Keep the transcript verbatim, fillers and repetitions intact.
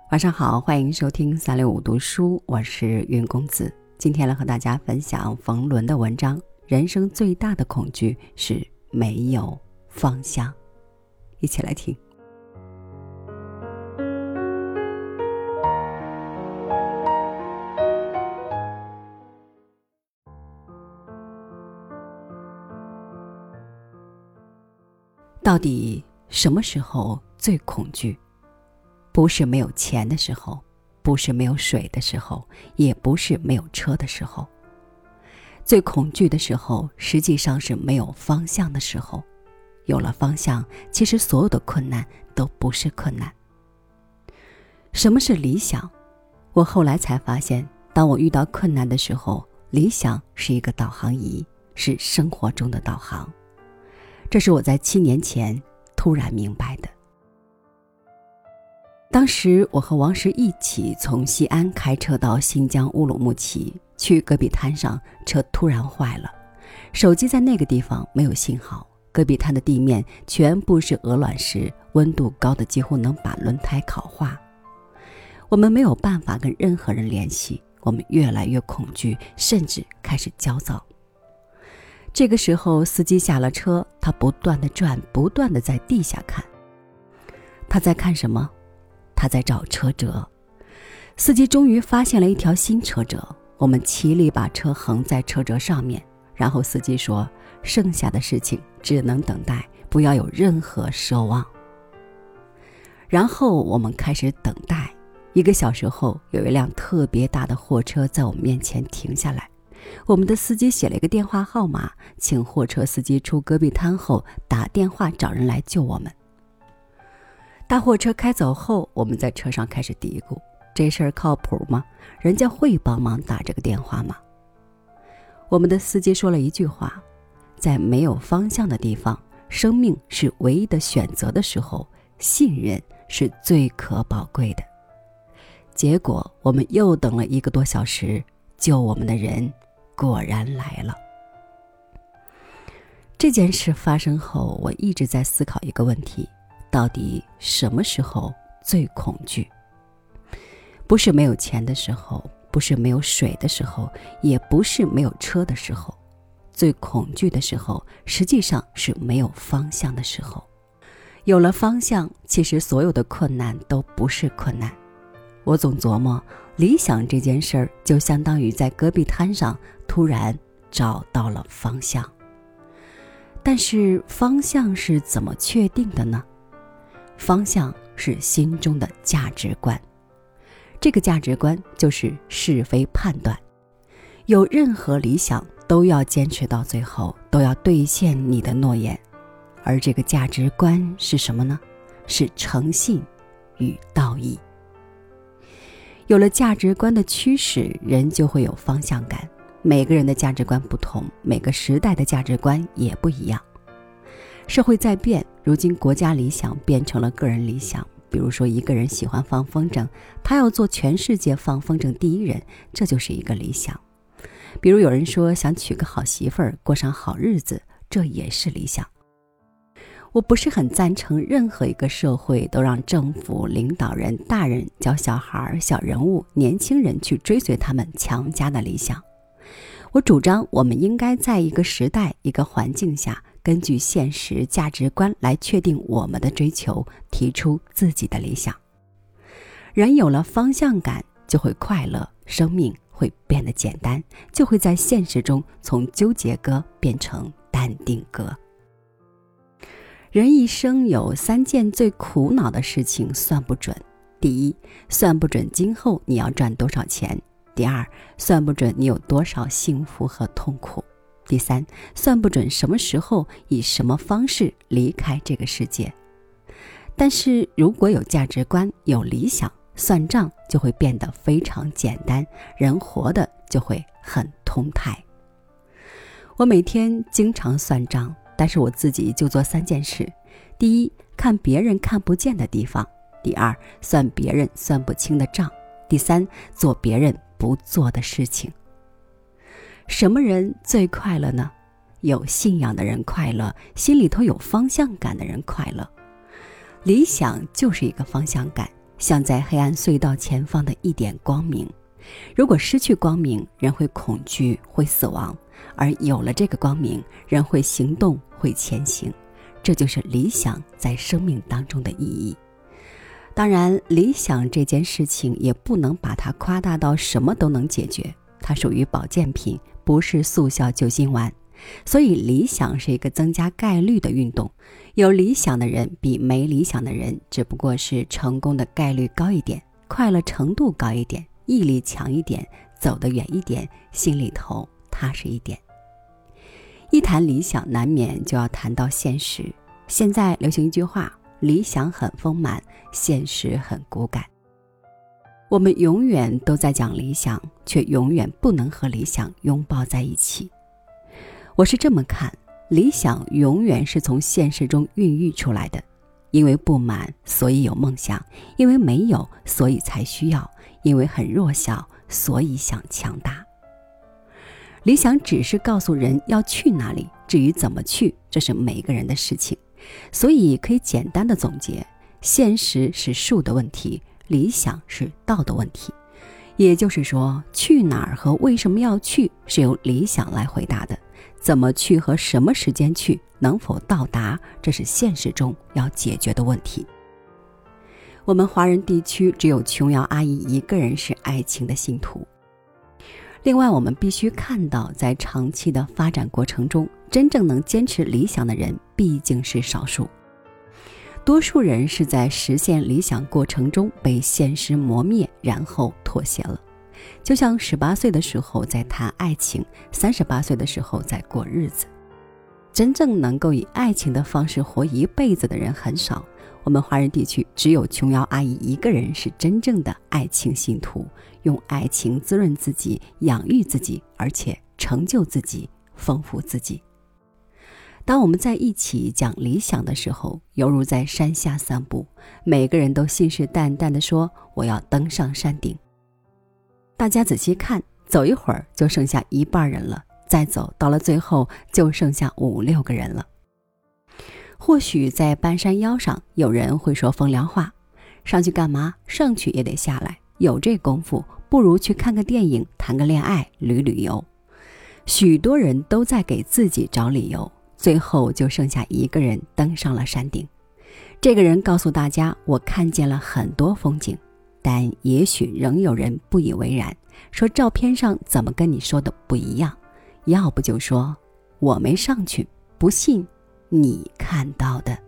晚上好，欢迎收听三六五读书，我是云公子。今天来和大家分享冯仑的文章，人生最大的恐惧是没有方向。一起来听。到底什么时候最恐惧？不是没有钱的时候，不是没有水的时候，也不是没有车的时候。最恐惧的时候，实际上是没有方向的时候。有了方向，其实所有的困难都不是困难。什么是理想？我后来才发现，当我遇到困难的时候，理想是一个导航仪，是生活中的导航。这是我在七年前突然明白的。当时我和王石一起从西安开车到新疆乌鲁木齐，去戈壁滩上，车突然坏了，手机在那个地方没有信号，戈壁滩的地面全部是鹅卵石，温度高的几乎能把轮胎烤化。我们没有办法跟任何人联系，我们越来越恐惧，甚至开始焦躁。这个时候司机下了车，他不断地转，不断地在地下看。他在看什么？他在找车辙。司机终于发现了一条新车辙，我们齐力把车横在车辙上面，然后司机说，剩下的事情只能等待，不要有任何奢望。然后我们开始等待。一个小时后，有一辆特别大的货车在我们面前停下来，我们的司机写了一个电话号码，请货车司机出戈壁滩后打电话找人来救我们。大货车开走后，我们在车上开始嘀咕，这事儿靠谱吗？人家会帮忙打这个电话吗？我们的司机说了一句话，在没有方向的地方，生命是唯一的选择的时候，信任是最可宝贵的。结果我们又等了一个多小时，救我们的人果然来了。这件事发生后，我一直在思考一个问题，到底什么时候最恐惧？不是没有钱的时候，不是没有水的时候，也不是没有车的时候。最恐惧的时候，实际上是没有方向的时候。有了方向，其实所有的困难都不是困难。我总琢磨，理想这件事儿就相当于在戈壁滩上突然找到了方向。但是方向是怎么确定的呢？方向是心中的价值观，这个价值观就是是非判断。有任何理想都要坚持到最后，都要兑现你的诺言。而这个价值观是什么呢？是诚信与道义。有了价值观的驱使，人就会有方向感。每个人的价值观不同，每个时代的价值观也不一样。社会在变，如今国家理想变成了个人理想。比如说一个人喜欢放风筝，他要做全世界放风筝第一人，这就是一个理想。比如有人说想娶个好媳妇儿，过上好日子，这也是理想。我不是很赞成任何一个社会都让政府、领导人、大人教小孩、小人物、年轻人去追随他们强加的理想。我主张我们应该在一个时代、一个环境下，根据现实价值观来确定我们的追求，提出自己的理想。人有了方向感，就会快乐，生命会变得简单，就会在现实中从纠结歌变成淡定歌。人一生有三件最苦恼的事情算不准。第一，算不准今后你要赚多少钱。第二，算不准你有多少幸福和痛苦。第三，算不准什么时候以什么方式离开这个世界。但是如果有价值观，有理想，算账就会变得非常简单，人活的就会很通泰。我每天经常算账，但是我自己就做三件事。第一，看别人看不见的地方。第二，算别人算不清的账。第三，做别人不做的事情。什么人最快乐呢？有信仰的人快乐，心里头有方向感的人快乐。理想就是一个方向感， 像在黑暗隧道前方的一点光明。如果失去光明，人会恐惧，会死亡；而有了这个光明，人会行动，会前行。这就是理想在生命当中的意义。当然，理想这件事情也不能把它夸大到什么都能解决，它属于保健品，不是速效救心丸。所以理想是一个增加概率的运动，有理想的人比没理想的人只不过是成功的概率高一点，快乐程度高一点，毅力强一点，走得远一点，心里头踏实一点。一谈理想，难免就要谈到现实。现在流行一句话，理想很丰满，现实很骨感。我们永远都在讲理想，却永远不能和理想拥抱在一起。我是这么看，理想永远是从现实中孕育出来的。因为不满，所以有梦想；因为没有，所以才需要；因为很弱小，所以想强大。理想只是告诉人要去哪里，至于怎么去，这是每个人的事情。所以可以简单的总结，现实是术的问题，理想是道的问题。也就是说，去哪儿和为什么要去是由理想来回答的，怎么去和什么时间去，能否到达，这是现实中要解决的问题。我们华人地区只有琼瑶阿姨一个人是爱情的信徒。另外，我们必须看到，在长期的发展过程中，真正能坚持理想的人毕竟是少数。多数人是在实现理想过程中被现实磨灭，然后妥协了。就像十八岁的时候在谈爱情，三十八岁的时候在过日子。真正能够以爱情的方式活一辈子的人很少。我们华人地区只有琼瑶阿姨一个人是真正的爱情信徒，用爱情滋润自己，养育自己，而且成就自己，丰富自己。当我们在一起讲理想的时候，犹如在山下散步，每个人都信誓旦旦地说我要登上山顶。大家仔细看，走一会儿就剩下一半人了，再走到了最后就剩下五六个人了。或许在半山腰上，有人会说风凉话，上去干嘛？上去也得下来，有这功夫，不如去看个电影，谈个恋爱，旅旅游。许多人都在给自己找理由，最后就剩下一个人登上了山顶。这个人告诉大家，我看见了很多风景，但也许仍有人不以为然，说照片上怎么跟你说的不一样？要不就说我没上去，不信你看到的。